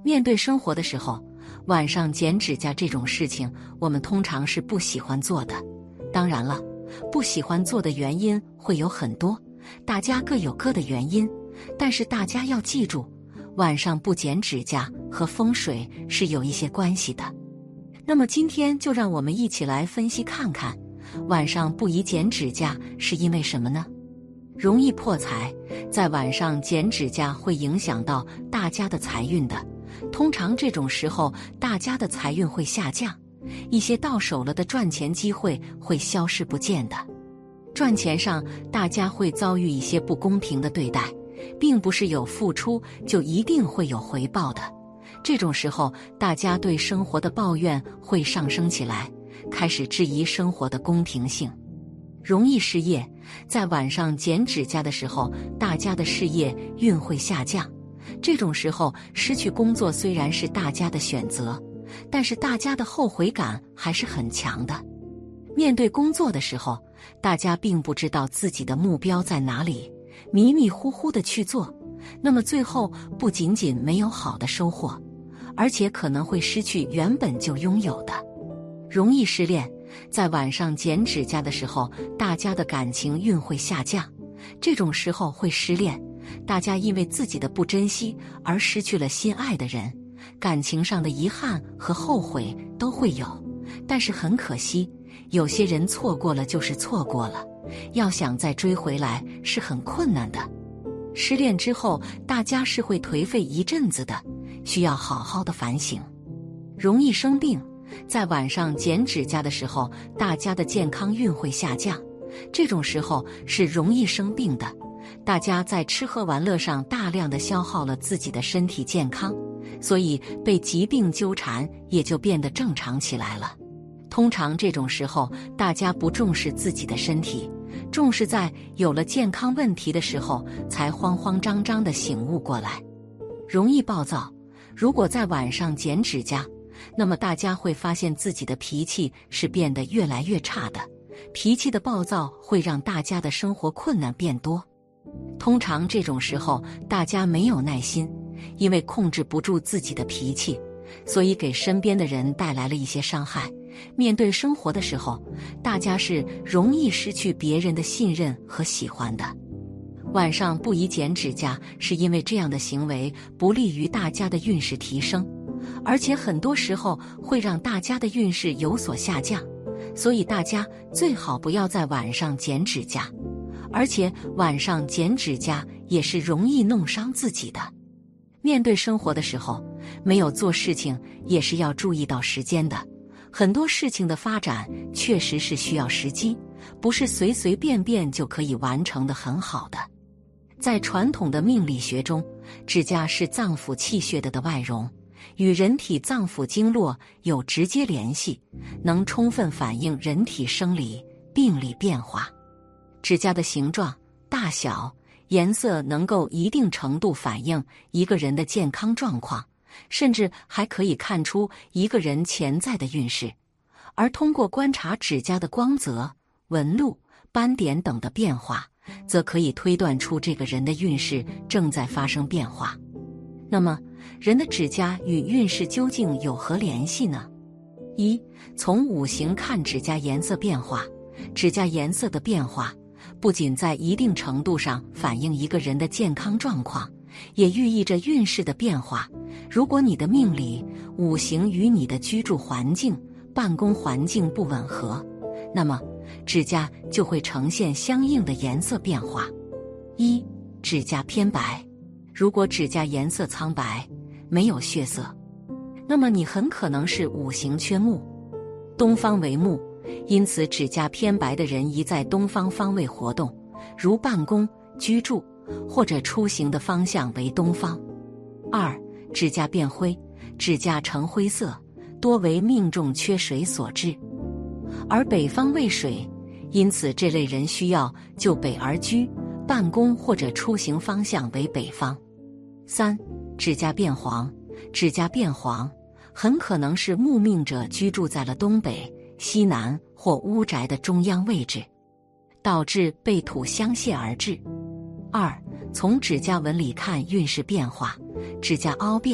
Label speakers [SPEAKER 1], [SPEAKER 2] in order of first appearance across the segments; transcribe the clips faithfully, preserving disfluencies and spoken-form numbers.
[SPEAKER 1] 面对生活的时候，晚上剪指甲这种事情，我们通常是不喜欢做的。当然了，不喜欢做的原因会有很多，大家各有各的原因。但是大家要记住，晚上不剪指甲和风水是有一些关系的。那么今天就让我们一起来分析看看，晚上不宜剪指甲是因为什么呢？容易破财，在晚上剪指甲会影响到大家的财运的。通常这种时候，大家的财运会下降，一些到手了的赚钱机会会消失不见的。赚钱上，大家会遭遇一些不公平的对待，并不是有付出就一定会有回报的。这种时候，大家对生活的抱怨会上升起来，开始质疑生活的公平性。容易失业，在晚上剪指甲的时候，大家的事业运会下降。这种时候，失去工作虽然是大家的选择，但是大家的后悔感还是很强的。面对工作的时候，大家并不知道自己的目标在哪里，迷迷糊糊的去做，那么最后不仅仅没有好的收获，而且可能会失去原本就拥有的。容易失恋，在晚上剪指甲的时候，大家的感情运会下降，这种时候会失恋，大家因为自己的不珍惜而失去了心爱的人，感情上的遗憾和后悔都会有。但是很可惜，有些人错过了就是错过了，要想再追回来是很困难的。失恋之后，大家是会颓废一阵子的，需要好好的反省。容易生病，在晚上剪指甲的时候，大家的健康运会下降，这种时候是容易生病的。大家在吃喝玩乐上大量的消耗了自己的身体健康，所以被疾病纠缠也就变得正常起来了。通常这种时候，大家不重视自己的身体，重视在有了健康问题的时候才慌慌张张地醒悟过来。容易暴躁，如果在晚上剪指甲，那么大家会发现自己的脾气是变得越来越差的。脾气的暴躁会让大家的生活困难变多。通常这种时候，大家没有耐心，因为控制不住自己的脾气，所以给身边的人带来了一些伤害。面对生活的时候，大家是容易失去别人的信任和喜欢的。晚上不宜剪指甲，是因为这样的行为不利于大家的运势提升，而且很多时候会让大家的运势有所下降，所以大家最好不要在晚上剪指甲。而且晚上剪指甲也是容易弄伤自己的。面对生活的时候，没有做事情也是要注意到时间的。很多事情的发展确实是需要时机，不是随随便便就可以完成的很好的。在传统的命理学中，指甲是脏腑气血的的外容，与人体脏腑经络有直接联系，能充分反映人体生理、病理变化。指甲的形状、大小、颜色能够一定程度反映一个人的健康状况，甚至还可以看出一个人潜在的运势。而通过观察指甲的光泽、纹路、斑点等的变化，则可以推断出这个人的运势正在发生变化。那么，人的指甲与运势究竟有何联系呢？一、从五行看指甲颜色变化。指甲颜色的变化不仅在一定程度上反映一个人的健康状况，也寓意着运势的变化。如果你的命里五行与你的居住环境、办公环境不吻合，那么指甲就会呈现相应的颜色变化。一、指甲偏白。如果指甲颜色苍白，没有血色，那么你很可能是五行缺木。东方为木，因此指甲偏白的人宜在东方方位活动，如办公、居住或者出行的方向为东方。二、指甲变灰。指甲呈灰色，多为命中缺水所致，而北方为水，因此这类人需要就北而居，办公或者出行方向为北方。三、指甲变黄。指甲变黄很可能是木命者居住在了东北、西南或屋宅的中央位置，导致被土相泄而至。二、从指甲纹理看运势变化。指甲凹变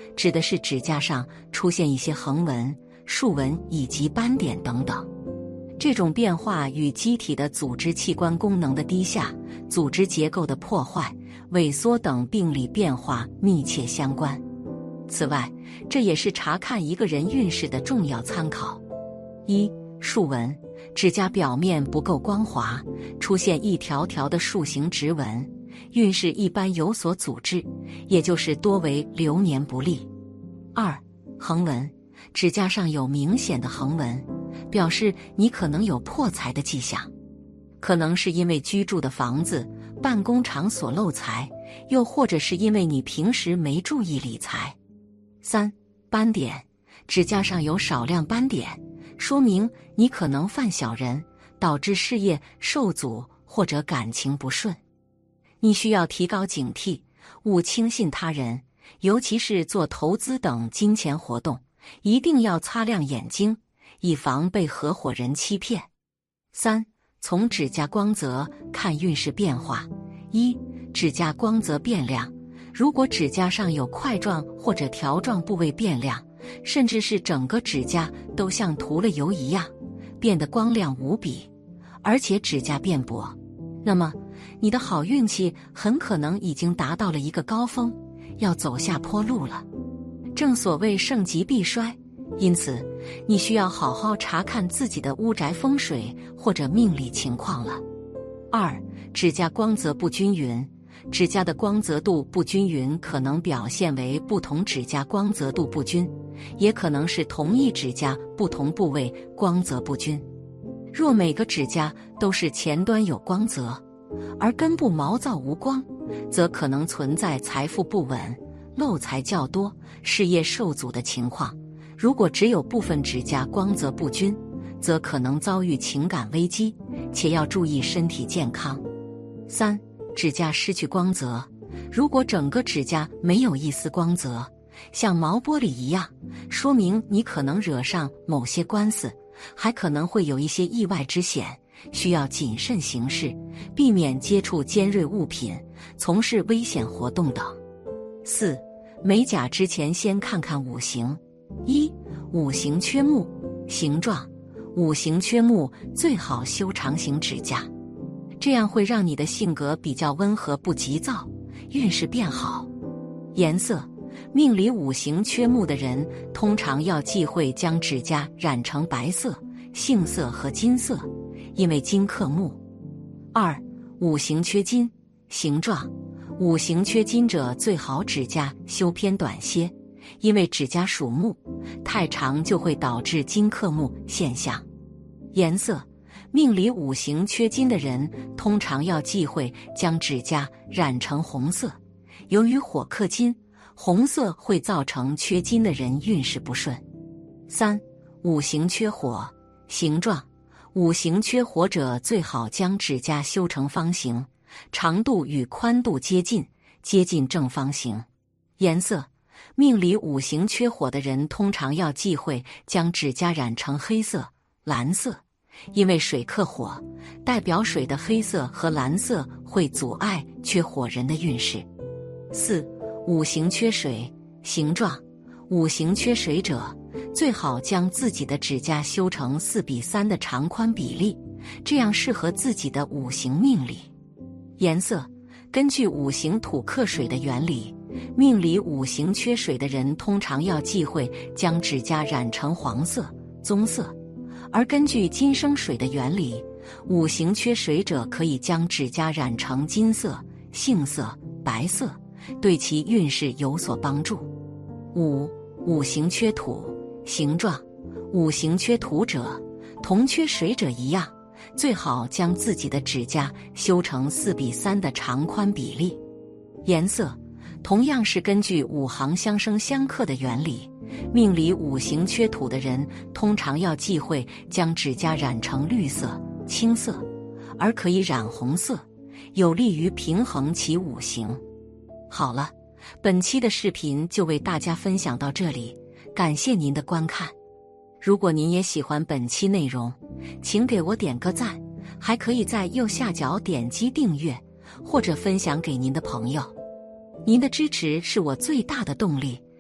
[SPEAKER 1] 指的是指甲上出现一些横纹、竖纹以及斑点等等。这种变化与机体的组织器官功能的低下、组织结构的破坏、萎缩等病理变化密切相关。此外，这也是查看一个人运势的重要参考。一、竖纹，指甲表面不够光滑，出现一条条的竖形直纹，运势一般有所阻滞，也就是多为流年不利。二、横纹，指甲上有明显的横纹，表示你可能有破财的迹象，可能是因为居住的房子、办公场所漏财，又或者是因为你平时没注意理财。三、斑点，指甲上有少量斑点，说明你可能犯小人，导致事业受阻或者感情不顺。你需要提高警惕，勿轻信他人，尤其是做投资等金钱活动，一定要擦亮眼睛，以防被合伙人欺骗。三、从指甲光泽看运势变化。一、指甲光泽变亮，如果指甲上有块状或者条状部位变亮，甚至是整个指甲都像涂了油一样，变得光亮无比，而且指甲变薄，那么你的好运气很可能已经达到了一个高峰，要走下坡路了。正所谓盛极必衰，因此你需要好好查看自己的屋宅风水或者命理情况了。二、指甲光泽不均匀，指甲的光泽度不均匀可能表现为不同指甲光泽度不均，也可能是同一指甲不同部位光泽不均。若每个指甲都是前端有光泽，而根部毛躁无光，则可能存在财富不稳、漏财较多、事业受阻的情况。如果只有部分指甲光泽不均，则可能遭遇情感危机，且要注意身体健康。三、指甲失去光泽，如果整个指甲没有一丝光泽，像毛玻璃一样，说明你可能惹上某些官司，还可能会有一些意外之险，需要谨慎行事，避免接触尖锐物品，从事危险活动等。四、美甲之前先看看五行。一、五行缺木，形状，五行缺木最好修长形指甲，这样会让你的性格比较温和不急躁，运势变好。颜色，命里五行缺木的人通常要忌讳将指甲染成白色、杏色和金色，因为金克木。二、五行缺金，形状，五行缺金者最好指甲修偏短些，因为指甲属木，太长就会导致金克木现象。颜色，命里五行缺金的人通常要忌讳将指甲染成红色，由于火克金，红色会造成缺金的人运势不顺。三、五行缺火，形状，五行缺火者最好将指甲修成方形，长度与宽度接近，接近正方形。颜色，命里五行缺火的人通常要忌讳将指甲染成黑色、蓝色，因为水克火，代表水的黑色和蓝色会阻碍缺火人的运势。四、五行缺水，形状，五行缺水者最好将自己的指甲修成四比三的长宽比例，这样适合自己的五行命理。颜色，根据五行土克水的原理，命里五行缺水的人通常要忌讳将指甲染成黄色、棕色，而根据金生水的原理，五行缺水者可以将指甲染成金色、杏色、白色，对其运势有所帮助。五、五行缺土，形状，五行缺土者同缺水者一样，最好将自己的指甲修成四比三的长宽比例。颜色，同样是根据五行相生相克的原理，命里五行缺土的人通常要忌讳将指甲染成绿色、青色，而可以染红色，有利于平衡其五行。好了，本期的视频就为大家分享到这里，感谢您的观看。如果您也喜欢本期内容，请给我点个赞，还可以在右下角点击订阅，或者分享给您的朋友。您的支持是我最大的动力，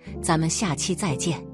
[SPEAKER 1] 咱们下期再见。